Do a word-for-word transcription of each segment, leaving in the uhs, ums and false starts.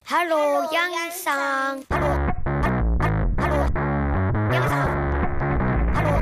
ハローヤンさん。ハローハローヤンさん。ハローハロ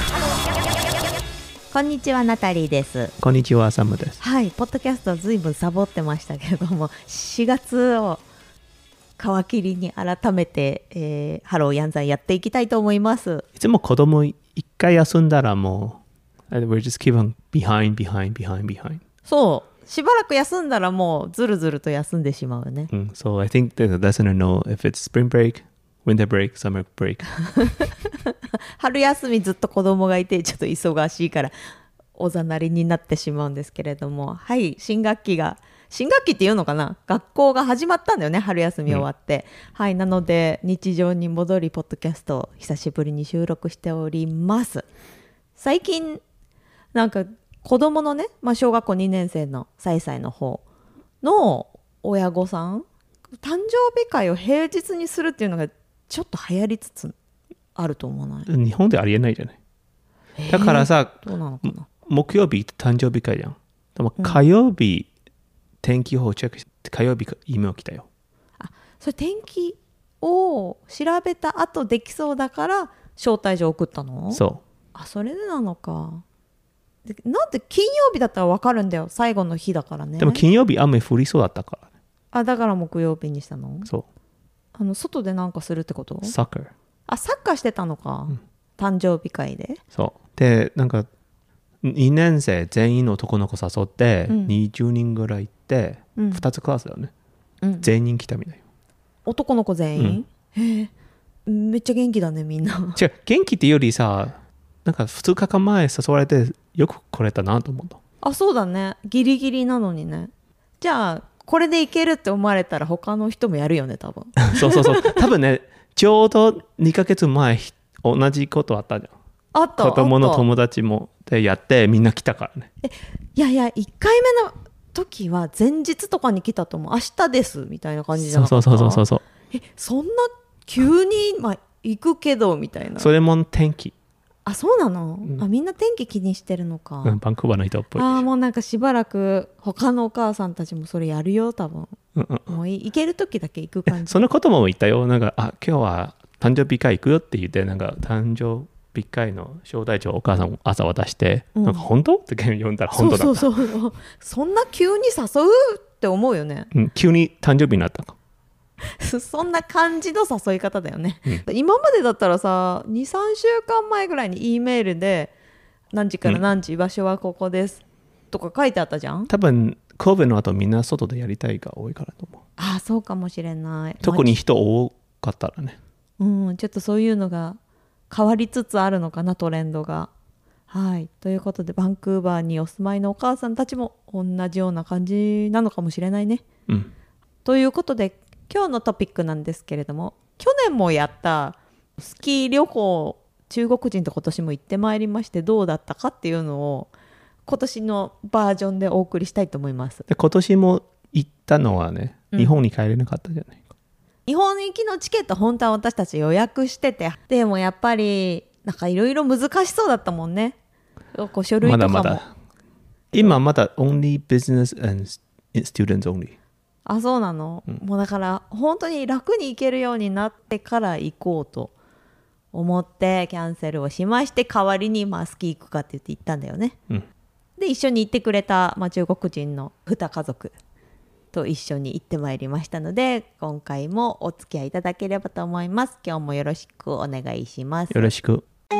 ー。 こんにちは、ナタリーです。 こんにちは、サムです。 はい、ポッドキャストずいぶんサボってましたけれども、しがつを皮切りに改めて、えー、ハローヤンさんやっていきたいと思います。 いつも子供一回休んだらもう We're just keep on behind, behind, behind, behind. そうしばらく休んだらもうずるずると休んでしまうね、 うん、So I think the listener know if it's spring break, winter break, summer break. 春休みずっと子供がいてちょっと忙しいからおざなりになってしまうんですけれども、はい、新学期が新学期っていうのかな、学校が始まったんだよね、春休み終わって、うん、はい、なので日常に戻りポッドキャストを久しぶりに収録しております。最近なんか子供のね、まあ、小学校にねん生のさいさいの方の親御さん、誕生日会を平日にするっていうのがちょっと流行りつつあると思わない？ 日本でありえないじゃない、えー、だからさ、 どうなのかな、 木曜日誕生日会じゃん。でも火曜日、うん、天気予報チェックして火曜日イメール来たよ。 あ、それ天気を調べた後できそうだから招待状送ったの？ そう。 あ、それでなのか。でなんで金曜日だったら分かるんだよ、最後の日だからね。 でも金曜日雨降りそうだったから、ね、 あ、だから木曜日にしたの？ そう。 あの外でなんかするってこと？ サッカー。 あ、サッカーしてたのか、うん、誕生日会で。 そうで、なんかにねん生全員の男の子誘ってにじゅうにんぐらい行って、うん、ふたつクラスだよね、うん、全員来たみたいよ。 男の子全員、うん、へえ、めっちゃ元気だねみんな。 違う、元気っていうよりさ、なんかふつかかんまえ誘われてよく来れたなと思った。 あ、そうだね、ギリギリなのにね。じゃあこれでいけるって思われたら他の人もやるよね多分。 そうそうそう、多分ね、ちょうどにかげつまえ同じことあったじゃん。 あった。 子供の友達もでやってみんな来たからね。 え、いやいや、いっかいめの時は前日とかに来たと思う。明日ですみたいな感じじゃなかった？ そうそうそうそう。 え、そんな急に、まあ、行くけどみたいな。 それも天気。 あ、そうなの、うん、あ、みんな天気気にしてるのか、 うん、バンクーバーの人っぽい。 あ、もうなんかしばらく他のお母さんたちもそれやるよ多分、うんうん、もう行ける時だけ行く感じ。 そのことも言ったよ。なんか、あ、今日は誕生日会行くよって言って、なんか誕生日会の招待状をお母さん朝渡して、うん、なんか本当って読んだら本当だった。 そうそうそう、そんな急に誘うって思うよね、 うん、急に誕生日になったか。 そんな感じの誘い方だよね、うん、今までだったらさ にさんしゅうかんまえぐらいに E メールで何時から何時、うん、場所はここですとか書いてあったじゃん。 多分神戸の後みんな外でやりたいが多いからと思う。 ああ、そうかもしれない。 特に人多かったらね、 うん、ちょっとそういうのが変わりつつあるのかな、トレンドが。はい、ということでバンクーバーにお住まいのお母さんたちも同じような感じなのかもしれないね、うん、ということで今日のトピックなんですけれども、去年もやったスキー旅行、中国人と今年も行ってまいりましてどうだったかっていうのを今年のバージョンでお送りしたいと思います。 で今年も行ったのはね、日本に帰れなかったじゃないか、うん、 日本行きのチケット本当は私たち予約してて、でもやっぱりなんかいろいろ難しそうだったもんね。こう書類とかもまだまだ今まだ only business and students only。 あ、そうなの、うん、もうだから本当に楽に行けるようになってから行こうと思ってキャンセルをしまして、代わりにまあスキー行くかって言って行ったんだよね、うん、で一緒に行ってくれた、まあ、中国人のに家族と一緒に行ってまいりましたので、今回もお付き合いいただければと思います。今日もよろしくお願いします。 よろしく。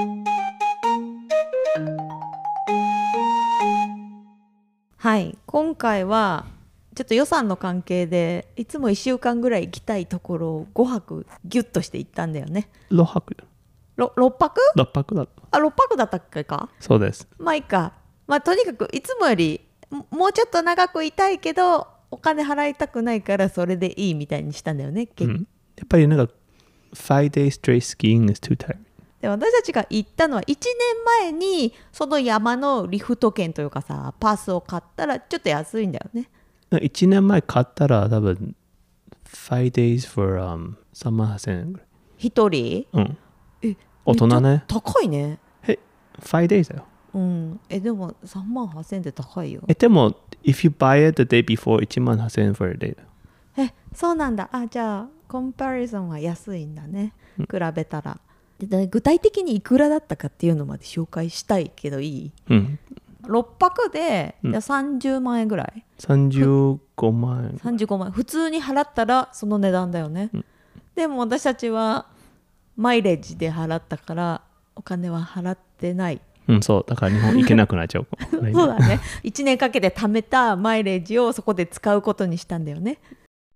はい、今回はちょっと予算の関係でいつもいっしゅうかんぐらい行きたいところをごはくギュッとして行ったんだよね。 ろっぱくろろっぱく ? ろっぱくだった。 あ、ろっぱくだったっけか。 そうです。 まあいいか、まあ、とにかくいつもよりもうちょっと長くいたいけどお金払いたくないからそれでいいみたいにしたんだよね、 うん、やっぱりなんか five days straight skiing is too tiring。 で私たちが行ったのはいちねんまえにその山のリフト券というかさパスを買ったらちょっと安いんだよね。 いちねんまえ買ったら多分 five days for、um, さんまんはっせんえんぐらい。 一人？うん。 え、大人ね。 高いね。 え、five days だよ。 うん。え、でもさんまんはっせんえんで高いよ。 え、でも if you buy it the day before いちまんはっせんえん for a day だよ。 えそうなんだ。あじゃあコンパリソンは安いんだね、比べたら。で具体的にいくらだったかっていうのまで紹介したいけどいい？ うん。 ろっぱくで、 うんじゃあさんじゅうまんえんぐらい？ さんじゅうごまん円。 さんじゅうごまん円普通に払ったらその値段だよね、 うんでも私たちはマイレージで払ったからお金は払ってない。 うん、そう。だから日本行けなくなっちゃうかも。 そうだねいちねんかけて貯めたマイレージをそこで使うことにしたんだよね。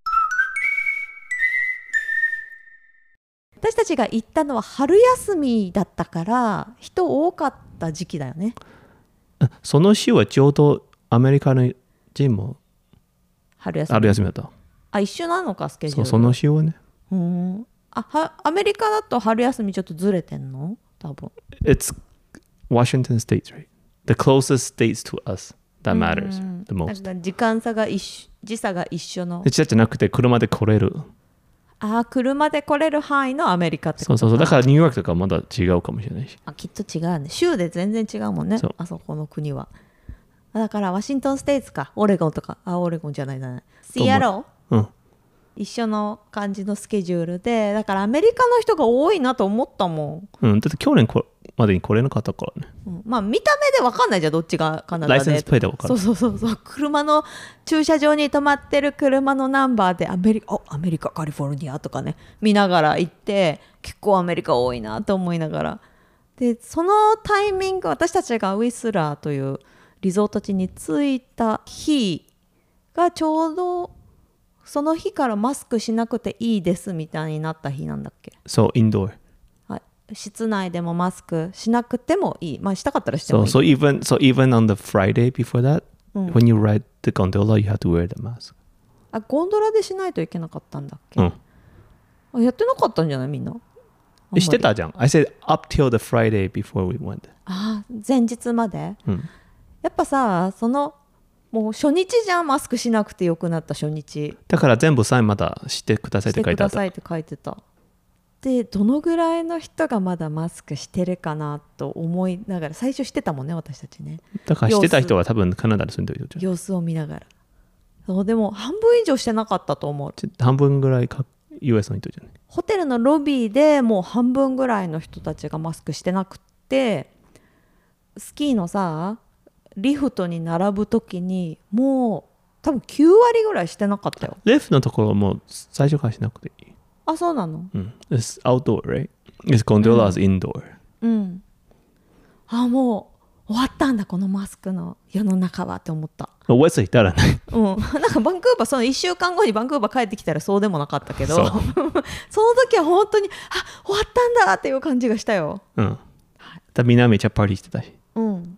私たちが行ったのは春休みだったから人多かった時期だよね。 その週はちょうどアメリカの人も春休み春休みだった。 あ一緒なのかスケジュール。 そう、その週はね。 うーんあはアメリカだと春休みちょっとずれてんの多分。 It's Washington State, right? The closest states to us that matters うん the なん most. か時間差が一緒時差が一緒のでじゃなくて車で来れる。 あ車で来れる範囲のアメリカってことか。 そうそうそう。だからニューヨークとかまだ違うかもしれないし。 あきっと違うね。州で全然違うもんねそうあそこの国は。だからワシントンステイツかオレゴンとかあオレゴンじゃないなシアローうん。 一緒の感じのスケジュールでだからアメリカの人が多いなと思ったもん、 うん。だって去年こまでに来れなかったからね。 うんまあ見た目で分かんないじゃんどっちがカナダで。 ライセンスプレート分かる。 そうそうそうそう車の駐車場に止まってる車のナンバーでアメリカおアメリカカリフォルニアとかね見ながら行って結構アメリカ多いなと思いながらでそのタイミング私たちがウィスラーというリゾート地に着いた日がちょうどその日からマスクしなくていいですみたいになった日なんだっけ。 そう、インドア。 はい室内でもマスクしなくてもいいまあしたかったらして So, もいい。 so even so even on the Friday before that, うん when you ride the gondola, you have to wear the mask. あゴンドラでしないといけなかったんだっけ、 うん。 あやってなかったんじゃないみんな。あんまりしてたじゃん。I said up till the Friday before we went. あ前日までうん。 やっぱさそのもう初日じゃんマスクしなくてよくなった初日だから全部サインまだしてくださいっしてて書いてあった。 くださいって書いてた。でどのぐらいの人がまだマスクしてるかなと思いながら最初してたもんね私たちねだからしてた人は多分カナダに住んでる人じゃん。 様子を見ながら。そうでも半分以上してなかったと思う。 半分ぐらいか ユーエス の人じゃない。 ホテルのロビーでもう半分ぐらいの人たちがマスクしてなくってスキーのさリフトに並ぶ時にもう多分きゅうわりぐらいしてなかったよ。 リフトのところも最初からしなくていい。 あそうなの。 うん。It's outdoor, right? It's gondolas indoor. うんあもう終わったんだこのマスクの世の中はって思った。 ウェスいたらね。 うんなんかバンクーバーそのいっしゅうかんごにバンクーバー帰ってきたらそうでもなかったけどそそうの時は本当にあ終わったんだっていう感じがしたよ。 うん。だみんなめっちゃパーティーしてたし。 うん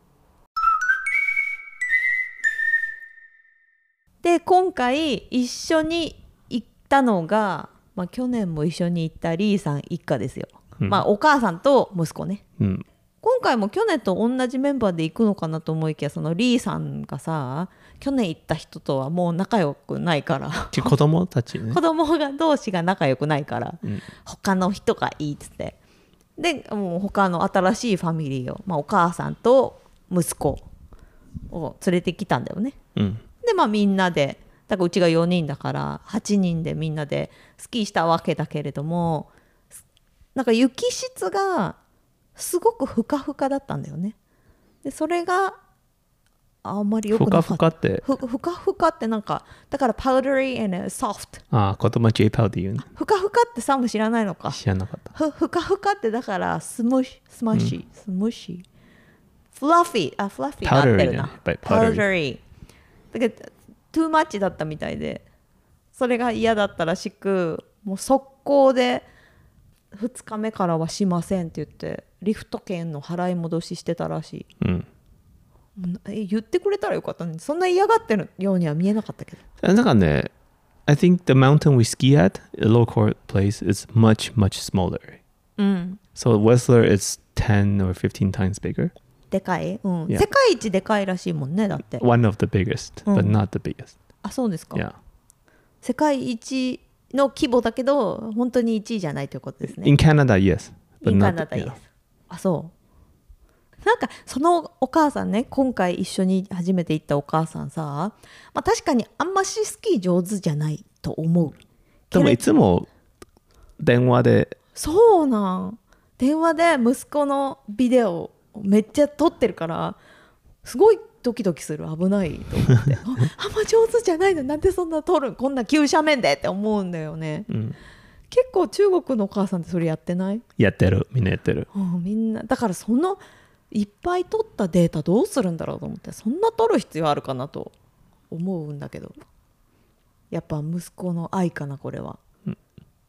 で今回一緒に行ったのが、まあ、去年も一緒に行ったリーさん一家ですよ、 うんまあお母さんと息子ね。 うん。 今回も去年と同じメンバーで行くのかなと思いきやそのリーさんがさ去年行った人とはもう仲良くないからち子供たちね子。供が同士が仲良くないから、 うん。 他の人がいいっつってでもう他の新しいファミリーを、まあ、お母さんと息子を連れてきたんだよね。 うん。 でまあみんなでだからうちがよにんだからはちにんでみんなでスキーしたわけだけれどもなんか雪質がすごくふかふかだったんだよね。でそれがあんまりよくふかなかった。 ふかって。 ふふかふかってなんかだから powdery and soft ああ、言葉 J パウで言うね。 ふかふかってサム知らないのか。 知らなかった。 ふふかふかってだからスムシスマッシー、スムッシーフラフィーあフラフィーが合ってるな。 Powdery ね。 パウダリーだけどトゥーマッチだったみたいでそれが嫌だったらしくもう速攻でふつかめからはしませんって言ってリフト券の払い戻ししてたらしい。 うん。 え言ってくれたらよかったのにそんな嫌がってるようには見えなかったけど。 なんかね、I think the mountain we ski at, a local place, is much, much smaller. うん So Whistler is ten or fifteen times bigger. でかい、うん Yeah. 世界一でかいらしいもんねだって。 One of the biggest, but うん not the biggest. あそうですか。 Yeah. 世界一の規模だけど本当にいちいじゃないということですね。 In Canada, yes. But インカ not ナダ the- で yeah. す。あそうなんかそのお母さんね今回一緒に初めて行ったお母さんさ、まあ、確かにあんましスキー上手じゃないと思う。 でもいつも電話でそうなん電話で息子のビデオめっちゃ撮ってるからすごいドキドキする。危ないと思ってああんま上手じゃないのなんでそんな撮るんこんな急斜面でって思うんだよね、 うん、 結構中国のお母さんってそれやってない？ やってる、みんなやってる、 うん、みんなだからそのいっぱい撮ったデータどうするんだろうと思って、そんな撮る必要あるかなと思うんだけど、やっぱ息子の愛かなこれは、うん、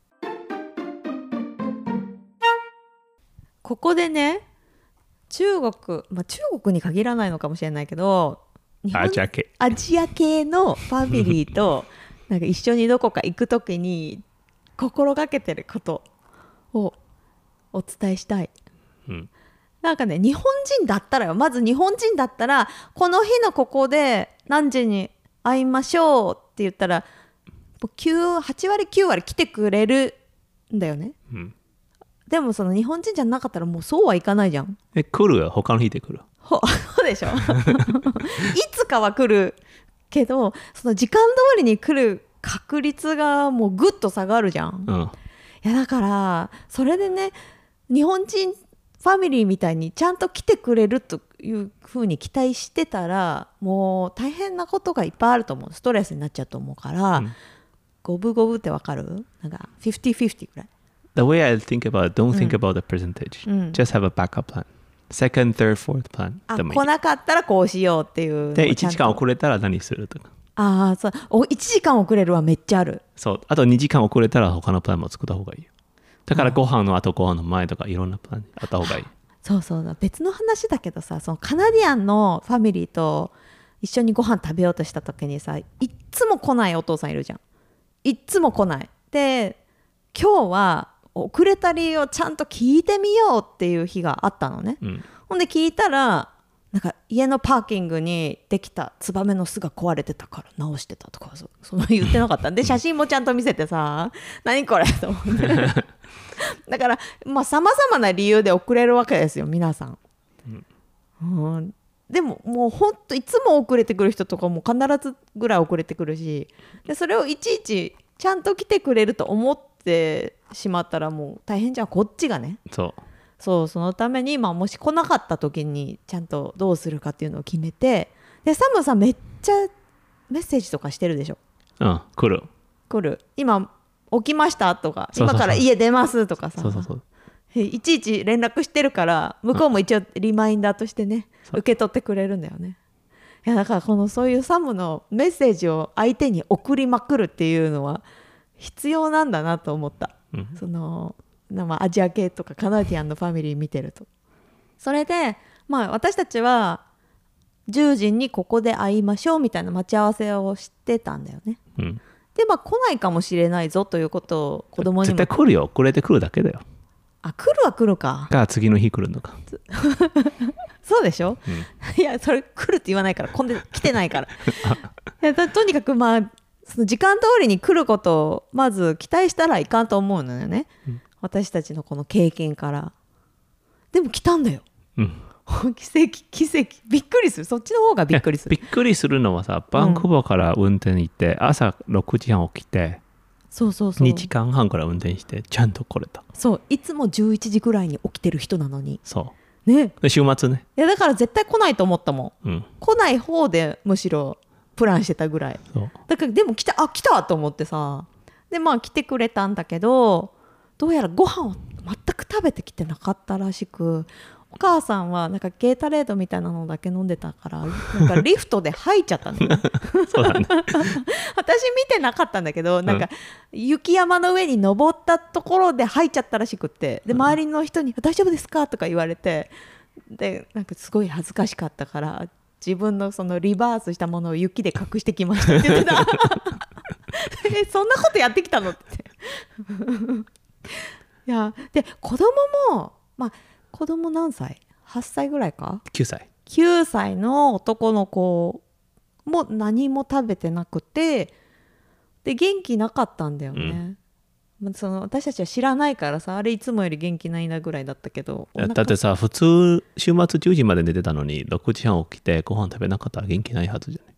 ここでね中国、まあ、中国に限らないのかもしれないけど日本アジア系アジア系のファミリーとなんか一緒にどこか行くときに心がけてることをお伝えしたい、 うん、 なんかね日本人だったらよまず日本人だったらこの日のここで何時に会いましょうって言ったらきゅう、はち割きゅう割来てくれるんだよね、うん、でもその日本人じゃなかったらもうそうはいかないじゃん。 え来るよ他の日で来るほそうでしょいつかは来るけどその時間通りに来る確率がもうぐっと下がるじゃん、うん、いやだからそれでね日本人ファミリーみたいにちゃんと来てくれるという風に期待してたらもう大変なことがいっぱいあると思う。ストレスになっちゃうと思うから、うん、五分五分ってわかる？なんかフィフティフィフティぐらい。 The way I think about it, don't think about the percentage、うん、just have a backup plan second, third, fourth plan あでもいい。来なかったらこうしようっていうでいちじかん遅れたら何するとか。 ああそうおいちじかん遅れるはめっちゃある。 そうあとにじかん遅れたら他のプランも作った方がいいよ。だからご飯の後ご飯の前とかいろんなプランあった方がいい。 そうそうだ別の話だけどさそのカナディアンのファミリーと一緒にご飯食べようとした時にさいっつも来ないお父さんいるじゃん。いっつも来ないで今日は遅れた理由をちゃんと聞いてみようっていう日があったのね、うん、ほんで聞いたらなんか家のパーキングにできたツバメの巣が壊れてたから直してたとか そ, その言ってなかったで写真もちゃんと見せてさ何これと思ってだからまあさまざまな理由で遅れるわけですよ皆さん、うんうん、でももうほんといつも遅れてくる人とかも必ずぐらい遅れてくるしでそれをいちいちちゃんと来てくれると思ってしまったらもう大変じゃんこっちがね。 そうそうそのために、まあ、もし来なかった時にちゃんとどうするかっていうのを決めてでサムさんめっちゃメッセージとかしてるでしょ。 うん来る来る今起きましたとか今から家出ますとかさそうそうそういちいち連絡してるから向こうも一応リマインダーとしてね受け取ってくれるんだよね。いやだからこのそういうサムのメッセージを相手に送りまくるっていうのは必要なんだなと思った、うん、そのまあアジア系とかカナディアンのファミリー見てるとそれで、まあ、私たちはじゅうじにここで会いましょうみたいな待ち合わせをしてたんだよね、うん、でまあ来ないかもしれないぞということを子供にも絶対来るよ遅れてくるだけだよ。 あ来るは来るかが次の日来るのかそうでしょ、うん、いやそれ来るって言わないから今度来てないからいやとにかくまあその時間通りに来ることをまず期待したらいかんと思うのよね、うん、私たちのこの経験から。でも来たんだよ、うん、奇跡奇跡びっくりするそっちの方がびっくりする。 びっくりするのはさバンクーバーから運転行って、うん、朝ろくじはん起きてそうそうそうにじかんはんから運転してちゃんと来れた。 そういつもじゅういちじぐらいに起きてる人なのにそうねで週末ねいやだから絶対来ないと思ったもん、うん、来ない方でむしろプランしてたぐらいだからでも来たあ来たと思ってさでまあ来てくれたんだけどどうやらご飯を全く食べてきてなかったらしくお母さんはなんかゲータレードみたいなのだけ飲んでたからなんかリフトで吐いちゃったのねそうだね私見てなかったんだけどなんか雪山の上に登ったところで吐いちゃったらしくってで周りの人に、うん、大丈夫ですかとか言われてでなんかすごい恥ずかしかったから自分のそのリバースしたものを雪で隠してきましたって言ってたえそんなことやってきたのっていやで子供もまあ子供何歳 ?はっ 歳ぐらいかきゅうさいきゅうさいの男の子も何も食べてなくてで元気なかったんだよね、うん、その私たちは知らないからさあれいつもより元気ないなぐらいだったけどだってさ普通週末じゅうじまで寝てたのにろくじはん起きてご飯食べなかったら元気ないはずじゃない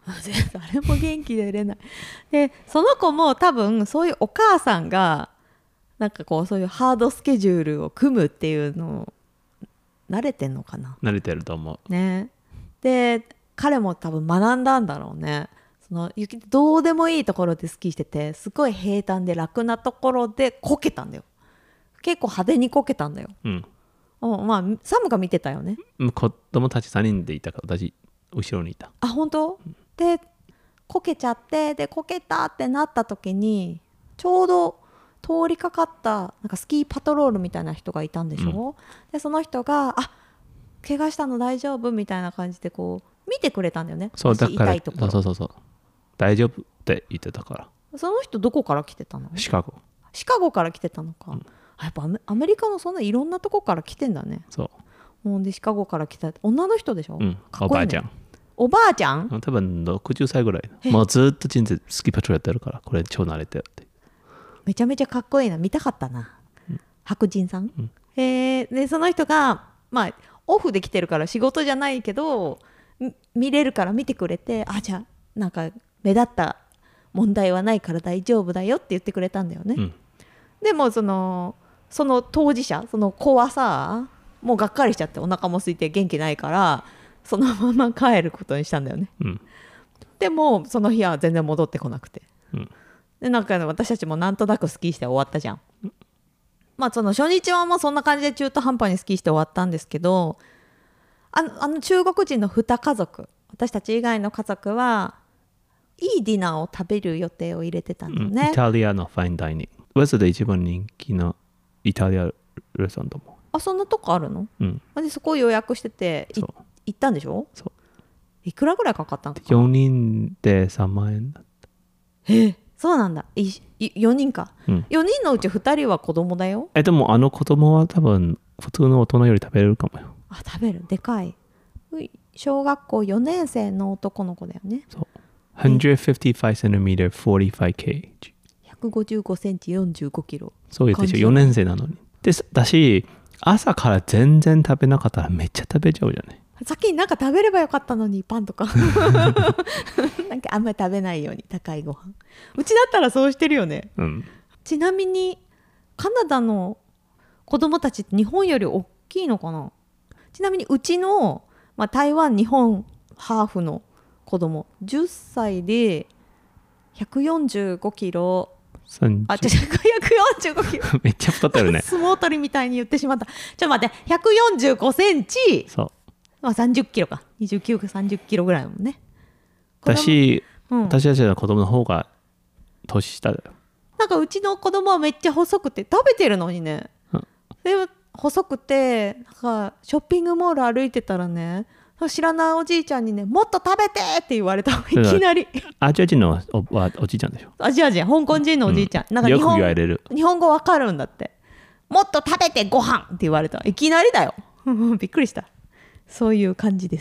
誰も元気でいれない。でその子も多分そういうお母さんがなんかこうそういうハードスケジュールを組むっていうのを慣れてんのかな。 慣れてると思う。 ね。で彼も多分学んだんだろうね。その雪どうでもいいところでスキーしててすごい平坦で楽なところでこけたんだよ。結構派手にこけたんだよ。 うん。 おまあサムが見てたよね。 子供たちさんにんでいたから私後ろにいた。 あ本当？でこけちゃってでこけたってなった時にちょうど通りかかったなんかスキーパトロールみたいな人がいたんでしょ、うん、でその人があ怪我したの大丈夫みたいな感じでこう見てくれたんだよね。 そうだから痛いところ。 そうそうそう大丈夫って言ってたから。 その人どこから来てたの？ シカゴ。 シカゴから来てたのか、うん、やっぱアメリカのそんないろんなとこから来てんだね。 そうもうでシカゴから来た女の人でしょ、 うん、 かっこいいね。 おばあちゃんおばあちゃん多分ろくじゅっさいぐらい。もうずっと人生スキーパトロールやってるからこれ超慣れてるって。 めちゃめちゃかっこいいな見たかったな、うん、白人さん、 うん、 えー、でその人がまあオフで来てるから仕事じゃないけど見れるから見てくれてあじゃあなんか目立った問題はないから大丈夫だよって言ってくれたんだよね、うん、でもそのその当事者その子はさもうがっかりしちゃってお腹も空いて元気ないからそのまま帰ることにしたんだよね、うん、でもその日は全然戻ってこなくて、うん、でなんか私たちもなんとなくスキーして終わったじゃん、うん、まあその初日はもうそんな感じで中途半端にスキーして終わったんですけどあの、あの中国人のに家族私たち以外の家族はいいディナーを食べる予定を入れてたんだよね、 うん、イタリアのファインダイニングウェスで一番人気のイタリアレストランと思う。 あそんなとこあるの、うん、でそこを予約してて行ったんでしょ。そういくらぐらいかかったのかな。 よにんでさんまんえんだった。 へえそうなんだ。いよにんか、うん、よにんのうちふたりは子供だよ。 えでもあの子供は多分普通の大人より食べれるかもよ。 あ食べるでかい。小学校よねん生の男の子だよね。そうひゃくごじゅうごセンチメートル、よんじゅうごケージ。 ひゃくごじゅうごセンチ、よんじゅうごキロ。 そう言ってしょ、よねん生なのに。で、だし、朝から全然食べなかったらめっちゃ食べちゃうじゃない。 先になんか食べればよかったのに、パンとか。なんかあんまり食べないように、高いご飯。うちだったらそうしてるよね。うん、ちなみに、カナダの子供たちって日本より大きいのかな。ちなみにうちの、まあ、台湾、日本、ハーフの子供じゅっさいでひゃくよんじゅうごキロあ、違う、ひゃくよんじゅうごキロめっちゃ太ってるね。 相撲取りみたいに言ってしまった。ちょっと待って、ひゃくよんじゅうごセンチ、そう、まあ、さんじゅっキロか、にじゅうきゅうかさんじゅっキロぐらいだもんね。 だし、うん、私たちの子供の方が年下だよ。 なんかうちの子供はめっちゃ細くて食べてるのにね、うん、でも細くてなんかショッピングモール歩いてたらね、知らないおじいちゃんにね、もっと食べてって言われた。いきなりアジア人の お, おじいちゃんでしょ。 アジア人、香港人のおじいちゃん、うん、なんか日本、よく言われる。日本語わかるんだって。もっと食べてご飯って言われた。いきなりだよびっくりした。そういう感じです。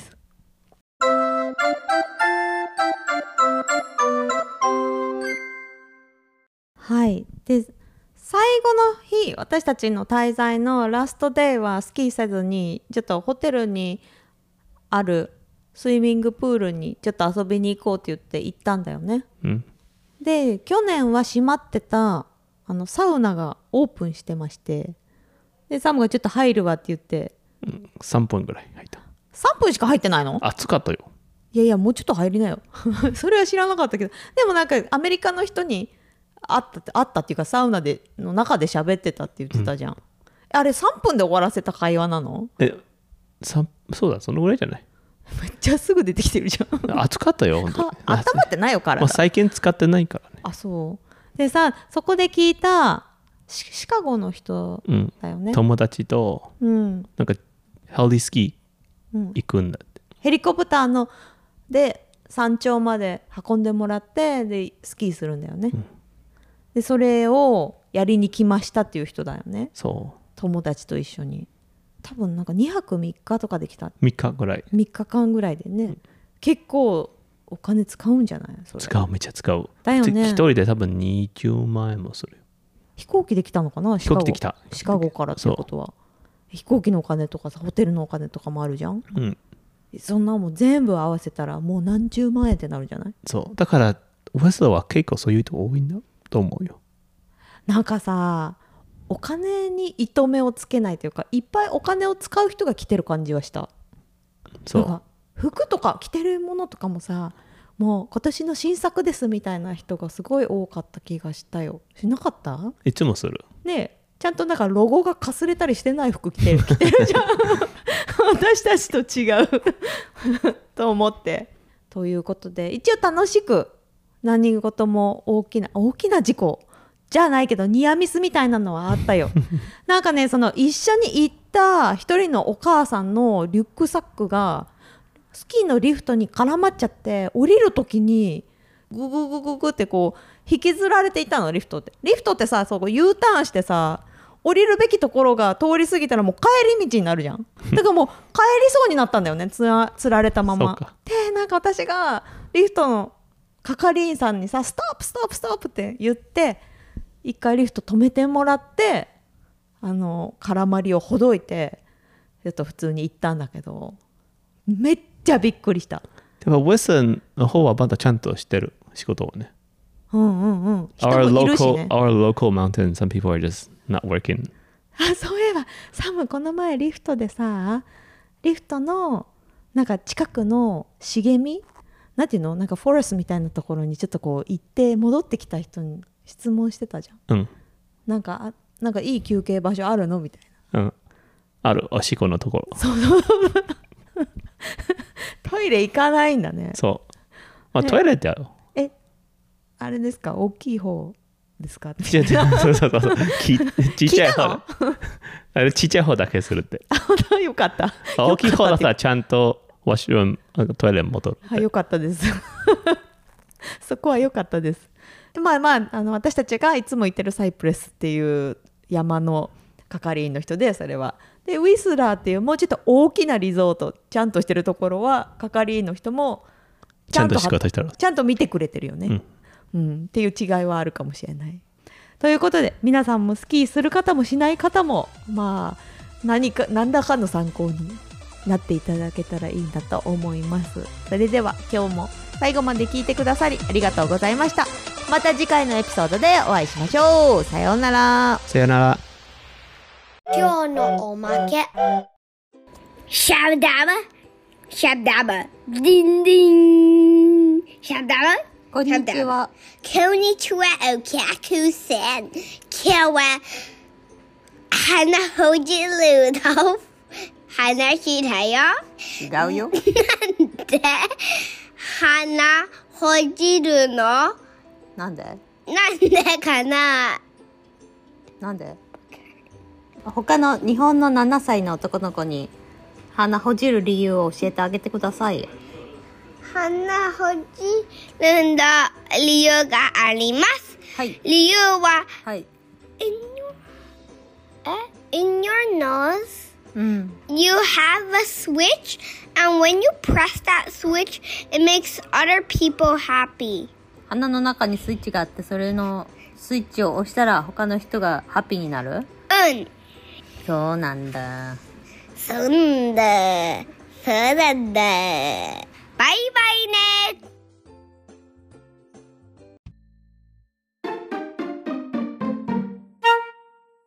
はい。で最後の日、私たちの滞在のラストデイはスキーせずにちょっとホテルにあるスイミングプールにちょっと遊びに行こうって言って行ったんだよね、うん、で去年は閉まってたあのサウナがオープンしてまして、でサムがちょっと入るわって言って、 うん、さんぷんぐらい入った。 さんぷんしか入ってないの？ 暑かったよ。 いやいやもうちょっと入りなよそれは知らなかったけど、でもなんかアメリカの人に会ったって、会ったっていうかサウナでの中で喋ってたって言ってたじゃん、うん、あれさんぷんで終わらせた会話なの？えそうだ、そのぐらいじゃない？ めっちゃすぐ出てきてるじゃん暑かったよ本当に。 温まってないよ体、 まあ、最近使ってないからね。 あそうでさ、そこで聞いた シ, シカゴの人だよね、うん、 友達と、うん、なんかヘリスキー行くんだって、 うん、ヘリコプターので山頂まで運んでもらってでスキーするんだよね、うん、でそれをやりに来ましたっていう人だよね。そう友達と一緒に多分なんかにはくみっかとかできた。 みっかぐらい、 みっかかんぐらいでね、うん、結構お金使うんじゃない？それ使う、めっちゃ使う。 だよね。 一人で多分にじゅうまんえんもするよ。 飛行機で来たのかな？ 飛行機で来た。 シカゴからってことは飛行機のお金とかさ、ホテルのお金とかもあるじゃん、うん、 そんなもん全部合わせたらもう何十万円ってなるじゃない？ そうだからウエストは結構そういう人多いんだと思うよ。 なんかさ、お金に糸目をつけないというか、いっぱいお金を使う人が着てる感じはした。 そうなんか服とか着てるものとかもさ、もう今年の新作ですみたいな人がすごい多かった気がしたよ。しなかった？ いつもする。 ねえ、ちゃんとなんかロゴがかすれたりしてない服着てる着てるじゃん私たちと違うと思って。ということで一応楽しく何事も大きな大きな事故じゃないけどニアミスみたいなのはあったよなんかね、その一緒に行った一人のお母さんのリュックサックがスキーのリフトに絡まっちゃって、降りる時にグググググってこう引きずられていたの。リフトってリフトってさ、そう U ターンしてさ、降りるべきところが通り過ぎたらもう帰り道になるじゃんだからもう帰りそうになったんだよね、つら、つられたままで。なんか私がリフトの係員さんにさ、ストップストップストップって言って一回リフト止めてもらって、あの絡まりをほどいてちょっと普通に行ったんだけど、めっちゃびっくりした。 でもウェストンの方はまだちゃんとしてる仕事をね。 うんうんうん。人 Our もいるしね。 local, our local mountain, some people are just not working. あ、そういえばサムこの前リフトでさ、リフトのなんか近くの茂みなんていうの、なんかフォレストみたいなところにちょっとこう行って戻ってきた人に質問してたじゃん。 うん。 なんかあなんかいい休憩場所あるのみたいな。 うん。ある、おしっこのところ。 そうそうトイレ行かないんだね。 そう。まあ、 ね、 トイレってある。 え、あれですか、大きい方ですか？ ちっちゃいそうそうそうそう。ちっちゃい方。あれちっちゃい方だけするって。 あ、よかった。 大きい方だったらちゃんとワッシュルーム、トイレに戻る。 はい、よかったですそこは良かったです。まあまあ、あの私たちがいつも行ってるサイプレスっていう山の係員の人で、それはでウィスラーっていうもうちょっと大きなリゾートちゃんとしてるところは係員の人もちゃんと仕事してる、 ちゃんと見てくれてるよね、うんうん、っていう違いはあるかもしれない。ということで皆さんもスキーする方もしない方も、まあ何か何らかの参考になっていただけたらいいんだと思います。それでは今日も最後まで聞いてくださりありがとうございました。また次回のエピソードでお会いしましょう。さようなら。 さよなら。 今日のおまけ。 シャブダバシャブダバディンディンシャブダバこんにちは。 こんにちは、お客さん。今日は花ほじるの話だよ。 違うよ。 なんで花ほじるの？ なんで？ なんでかな？ なんで？他の日本のななさいの男の子に鼻ほじる理由を教えてあげてください。 鼻ほじるんだ理由があります。 はい。 理由は、 はい。 in your, え in your nose, うん。 you have a switch, and when you press that switch, it makes other people happy. 鼻の中にスイッチがあって、それのスイッチを押したら他の人がハッピーになる？ うん。 そうなんだ。 そうなんだ。そうなんだ。バイバイ。